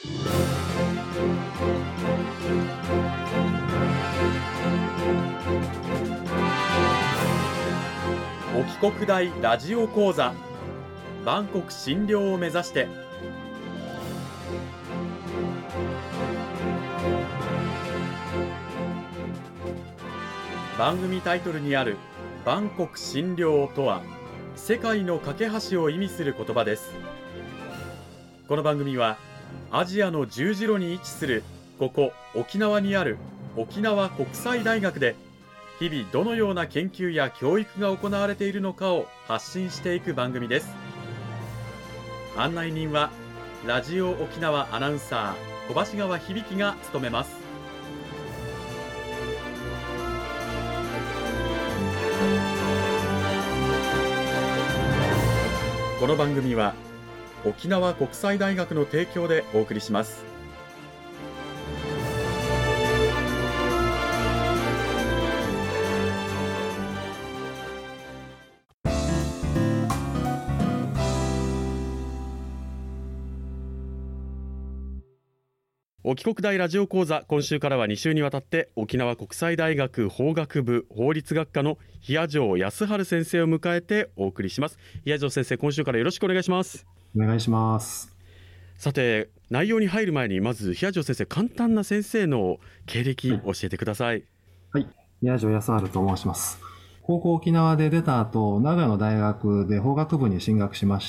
沖国大ラジオ講座、万国診療を目指して。番組タイトルにある万国診療とは、世界の架け橋を意味する言葉です。この番組はアジアの十字路に位置するここ沖縄にある沖縄国際大学で、日々どのような研究や教育が行われているのかを発信していく番組です。案内人はラジオ沖縄アナウンサー小橋川響が務めます。この番組は沖縄国際大学の提供でお送りします。沖国大ラジオ講座、今週からは2週にわたって沖縄国際大学法学部法律学科の比谷城康晴先生を迎えてお送りします。比谷城先生、今週からよろしくお願いします。 お願いします。 さて、内容に入る前にまず比谷城先生、簡単な先生の経歴教えてください。 はい、比谷城康晴と申します。高校沖縄で出た後、名古屋の大学で法学部に進学しまして、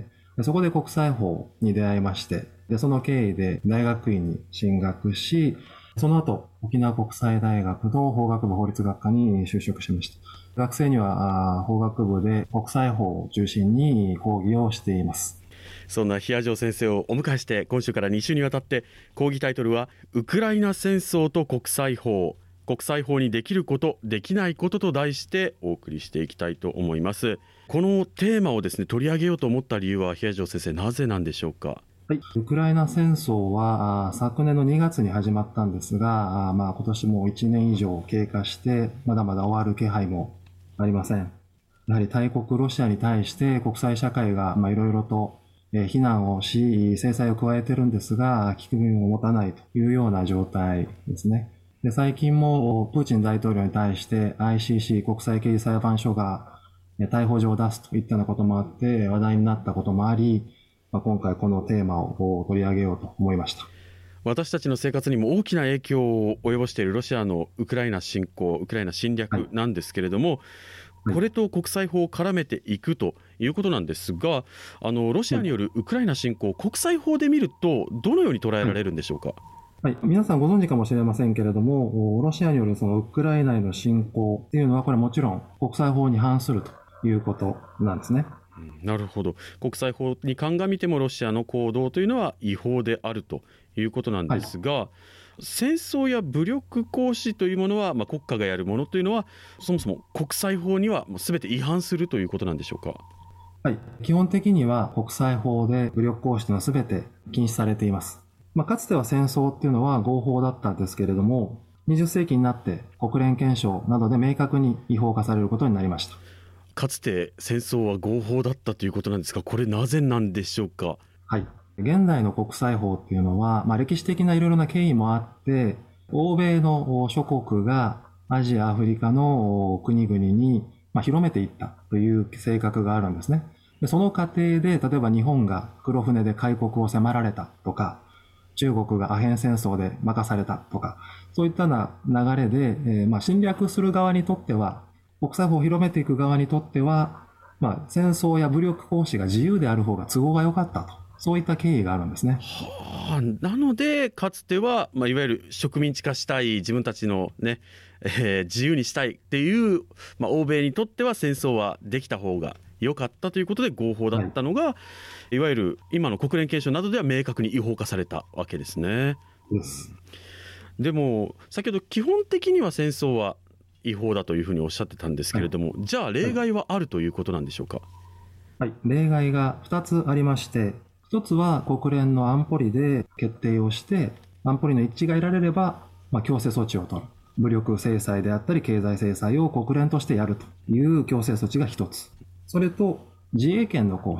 そこで国際法に出会いまして、でその経緯で大学院に進学し、その後沖縄国際大学の法学部法律学科に就職しました。学生には法学部で国際法を中心に講義をしています。 そんな比谷城先生をお迎えして、今週から2週にわたって講義タイトルはウクライナ戦争と国際法、国際法にできることできないことと題してお送りしていきたいと思います。このテーマをですね、取り上げようと思った理由は比谷城先生、なぜなんでしょうか。 はい、ウクライナ戦争は昨年の2月に始まったんですが、今年も1年以上経過してまだまだ終わる気配もありません。やはり大国ロシアに対して国際社会がいろいろと非難をし制裁を加えてるんですが、聞く耳を持たないというような状態ですね。で、最近もプーチン大統領に対して ICC 国際刑事裁判所が逮捕状を出すといったようなこともあって話題になったこともあり、今回このテーマを取り上げようと思いました。 私たちの生活にも大きな影響を及ぼしているロシアのウクライナ侵攻、ウクライナ侵略なんですけれども、これと国際法を絡めていくということなんですが、ロシアによるウクライナ侵攻、国際法で見るとどのように捉えられるんでしょうか。 はい、皆さんご存知かもしれませんけれども、ロシアによるそのウクライナへの侵攻っていうのは、これもちろん国際法に反するということなんですね。 なるほど。国際法に鑑みてもロシアの行動というのは違法であるということなんですが、はい、戦争や武力行使というものは、国家がやるものというのはそもそも国際法には全て違反するということなんでしょうか。 はい、基本的には国際法で武力行使というのは全て禁止されています。かつては戦争っていうのは合法だったんですけれども、20世紀になって国連憲章などで明確に違法化されることになりました。 かつて戦争は合法だったということなんですが、これなぜなんでしょうか。 はい、現代の国際法っていうのは、歴史的ないろいろな経緯もあって、欧米の諸国がアジア、アフリカの国々に広めていったという性格があるんですね。でその過程で、例えば日本が黒船で開国を迫られたとか、中国がアヘン戦争で任されたとか、そういった流れで、侵略する側にとっては、国際法を広めていく側にとっては、戦争や武力行使が自由である方が都合が良かったと、そういった経緯があるんですね。 なのでかつては、いわゆる植民地化したい、自分たちの、自由にしたいっていう、欧米にとっては戦争はできた方が良かったということで合法だったのが、はい、いわゆる今の国連憲章などでは明確に違法化されたわけですね。でも先ほど基本的には戦争は違法だというふうにおっしゃってたんですけれども、じゃあ例外はあるということなんでしょうか。 はい、例外が2つありまして、1つは国連の安保理で決定をして、安保理の一致が得られれば、強制措置を取る。武力制裁であったり経済制裁を国連としてやるという強制措置が1つ。それと自衛権の行使。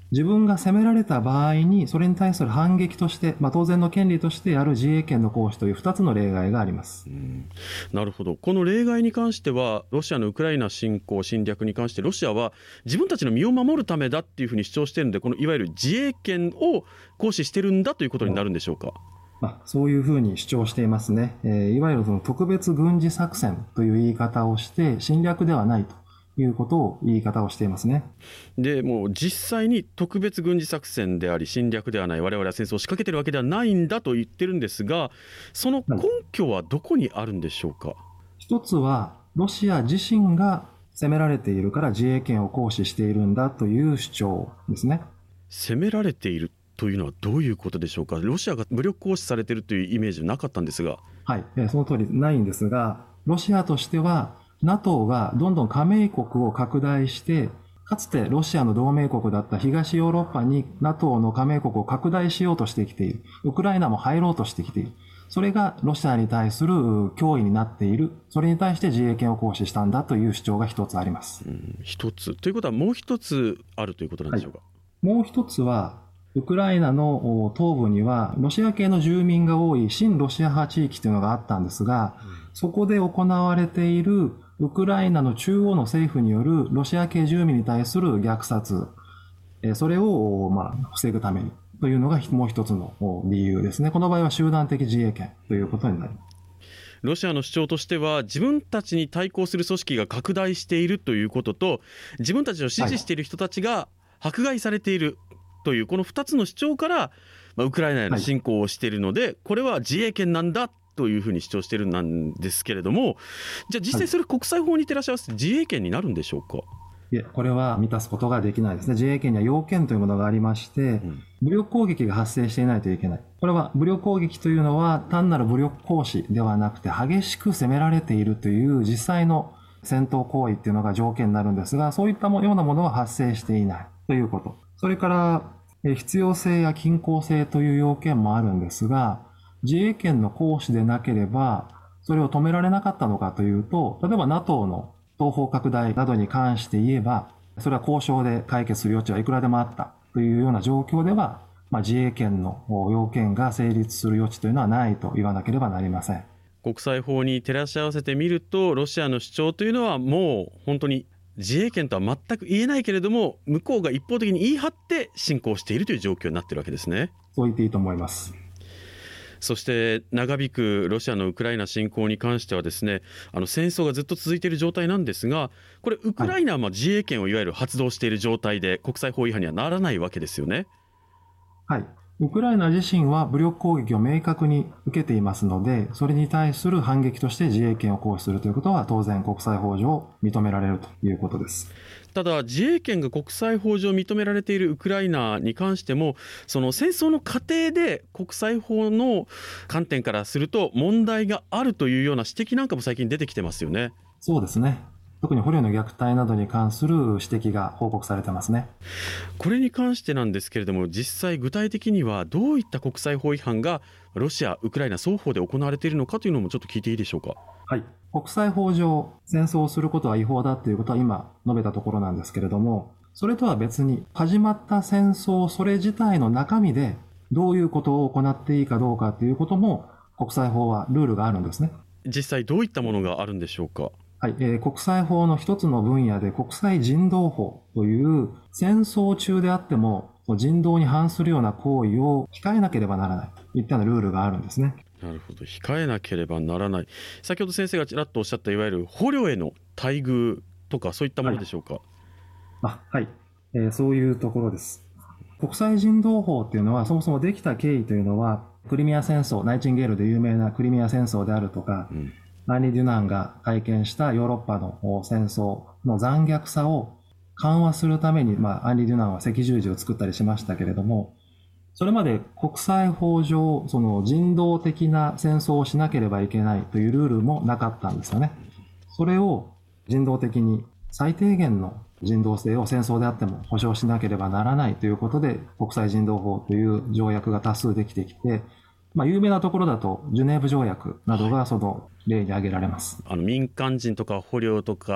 自分が攻められた場合に、それに対する反撃として、当然の権利としてやる自衛権の行使という2つの例外があります。 なるほど。この例外に関しては、ロシアのウクライナ侵攻、侵略に関して、ロシアは自分たちの身を守るためだっていうふうに主張しているので、このいわゆる自衛権を行使してるんだということになるんでしょうか。 そういうふうに主張していますね。いわゆるその特別軍事作戦という言い方をして、侵略ではないということを言い方をしていますね。 でもう実際に特別軍事作戦であり侵略ではない、我々は戦争を仕掛けているわけではないんだと言ってるんですが、その根拠はどこにあるんでしょうか。 一つはロシア自身が攻められているから自衛権を行使しているんだという主張ですね。 攻められているというのはどういうことでしょうか。ロシアが武力行使されているというイメージはなかったんですが。 はい、その通りないんですが、ロシアとしてはNATO がどんどん加盟国を拡大して、かつてロシアの同盟国だった東ヨーロッパに NATO の加盟国を拡大しようとしてきている。ウクライナも入ろうとしてきている。それがロシアに対する脅威になっている。それに対して自衛権を行使したんだという主張が一つあります。 一つということはもう一つあるということなんでしょうか。 もう一つは、ウクライナの東部にはロシア系の住民が多い親ロシア派地域というのがあったんですが、そこで行われているウクライナの中央の政府によるロシア系住民に対する虐殺、それを防ぐためにというのがもう一つの理由ですね。この場合は集団的自衛権ということになります。 ロシアの主張としては、自分たちに対抗する組織が拡大しているということと、自分たちを支持している人たちが迫害されているというこの2つの主張から、ウクライナへの侵攻をしているので、これは自衛権なんだというふうに主張しているんですけれども、じゃあ実際それ国際法に照らし合わせて自衛権になるんでしょうか。 いえ、これは満たすことができないですね。自衛権には要件というものがありまして、武力攻撃が発生していないといけない。これは武力攻撃というのは単なる武力行使ではなくて、激しく攻められているという実際の戦闘行為っていうのが条件になるんですが、そういったようなものは発生していないということ。それから必要性や均衡性という要件もあるんですが、自衛権の行使でなければそれを止められなかったのかというと、例えば NATO の東方拡大などに関して言えば、それは交渉で解決する余地はいくらでもあったというような状況では、自衛権の要件が成立する余地というのはないと言わなければなりません。 国際法に照らし合わせてみると、ロシアの主張というのはもう本当に自衛権とは全く言えないけれども、向こうが一方的に言い張って侵攻しているという状況になっているわけですね。 そう言っていいと思います。 そして長引くロシアのウクライナ侵攻に関してはですね、戦争がずっと続いている状態なんですが、これウクライナは自衛権をいわゆる発動している状態で、国際法違反にはならないわけですよね。 はい、ウクライナ自身は武力攻撃を明確に受けていますので、それに対する反撃として自衛権を行使するということは当然国際法上認められるということです。 ただ自衛権が国際法上認められているウクライナに関しても、その戦争の過程で国際法の観点からすると問題があるというような指摘なんかも最近出てきてますよね。 そうですね。特に捕虜の虐待などに関する指摘が報告されてますね。 これに関してなんですけれども、実際具体的にはどういった国際法違反がロシア、ウクライナ双方で行われているのかというのもちょっと聞いていいでしょうか。 はい、国際法上戦争をすることは違法だということは今述べたところなんですけれども、それとは別に始まった戦争それ自体の中身でどういうことを行っていいかどうかということも国際法はルールがあるんですね。 実際どういったものがあるんでしょうか。 はい、国際法の一つの分野で国際人道法という戦争中であっても人道に反するような行為を控えなければならないといったようなルールがあるんですね。 なるほど、控えなければならない。先ほど先生がちらっとおっしゃったいわゆる捕虜への待遇とかそういったものでしょうか。 はい、そういうところです。国際人道法っていうのはそもそもできた経緯というのはクリミア戦争、ナイチンゲールで有名なクリミア戦争であるとか、アンリ・デュナンが体験したヨーロッパの戦争の残虐さを緩和するために、アンリ・デュナンは赤十字を作ったりしましたけれども、それまで国際法上その人道的な戦争をしなければいけないというルールもなかったんですよね。それを人道的に最低限の人道性を戦争であっても保障しなければならないということで、国際人道法という条約が多数できてきて、有名なところだとジュネーブ条約などがその例に挙げられます。 民間人とか捕虜とか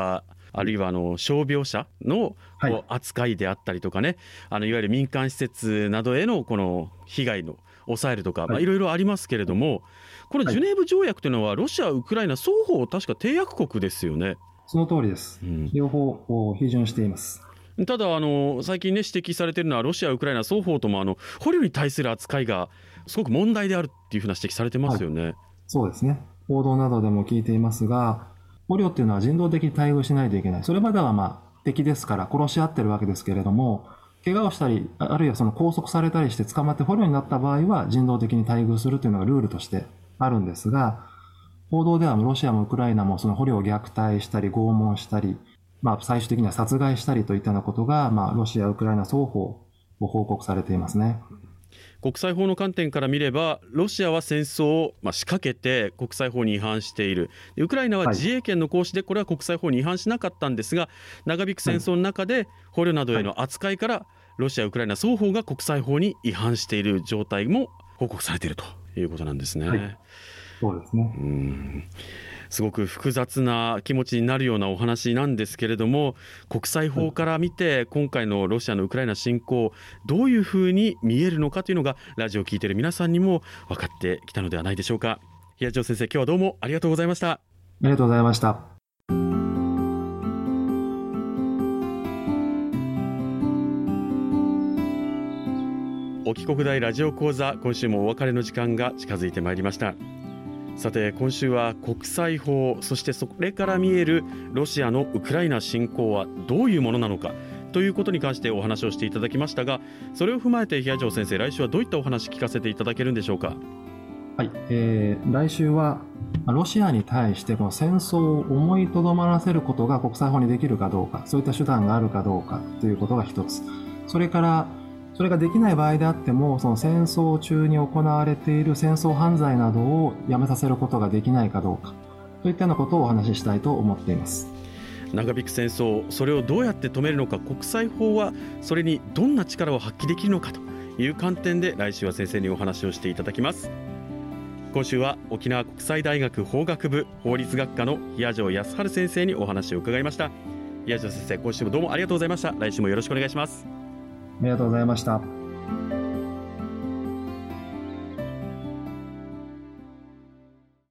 あるいは傷病者のはいこう扱いであったりとかね、いわゆる民間施設などへのこの被害の抑えるとか、いろいろありますけれども、このジュネーブ条約というのはロシア、ウクライナ双方確か締約国ですよね。 その通りです。両方批准しています。 ただ最近ね指摘されているのはロシア、ウクライナ双方とも捕虜に対する扱いがすごく問題であるっていうふうな指摘されてますよね。 そうですね。報道などでも聞いていますが、捕虜っていうのは人道的に待遇しないといけない。それまでは敵ですから殺し合ってるわけですけれども、怪我をしたり、あるいはその拘束されたりして捕まって捕虜になった場合は人道的に待遇するというのがルールとしてあるんですが、報道ではロシアもウクライナもその捕虜を虐待したり拷問したり、最終的には殺害したりといったようなことが、ロシア、ウクライナ双方を報告されていますね。 国際法の観点から見ればロシアは戦争を仕掛けて国際法に違反している。ウクライナは自衛権の行使でこれは国際法に違反しなかったんですが、長引く戦争の中で捕虜などへの扱いからロシア、ウクライナ双方が国際法に違反している状態も報告されているということなんですね。 はい、そうですね。 すごく複雑な気持ちになるようなお話なんですけれども、国際法から見て今回のロシアのウクライナ侵攻どういうふうに見えるのかというのがラジオを聞いている皆さんにも分かってきたのではないでしょうか。東條先生、今日はどうもありがとうございました。 ありがとうございました。 沖国大ラジオ講座、今週もお別れの時間が近づいてまいりました。さて今週は国際法、そしてそれから見えるロシアのウクライナ侵攻はどういうものなのかということに関してお話をしていただきましたが、それを踏まえて東條先生、来週はどういったお話聞かせていただけるんでしょうか。 はい、来週はロシアに対してこの戦争を思いとどまらせることが国際法にできるかどうか、そういった手段があるかどうかということが一つ。それからそれができない場合であっても、その戦争中に行われている戦争犯罪などをやめさせることができないかどうかといったようなことをお話ししたいと思っています。 長引く戦争、それをどうやって止めるのか、国際法はそれにどんな力を発揮できるのかという観点で来週は先生にお話をしていただきます。今週は沖縄国際大学法学部法律学科の東條康晴先生にお話を伺いました。東條先生、今週もどうもありがとうございました。来週もよろしくお願いします。 ありがとうございました。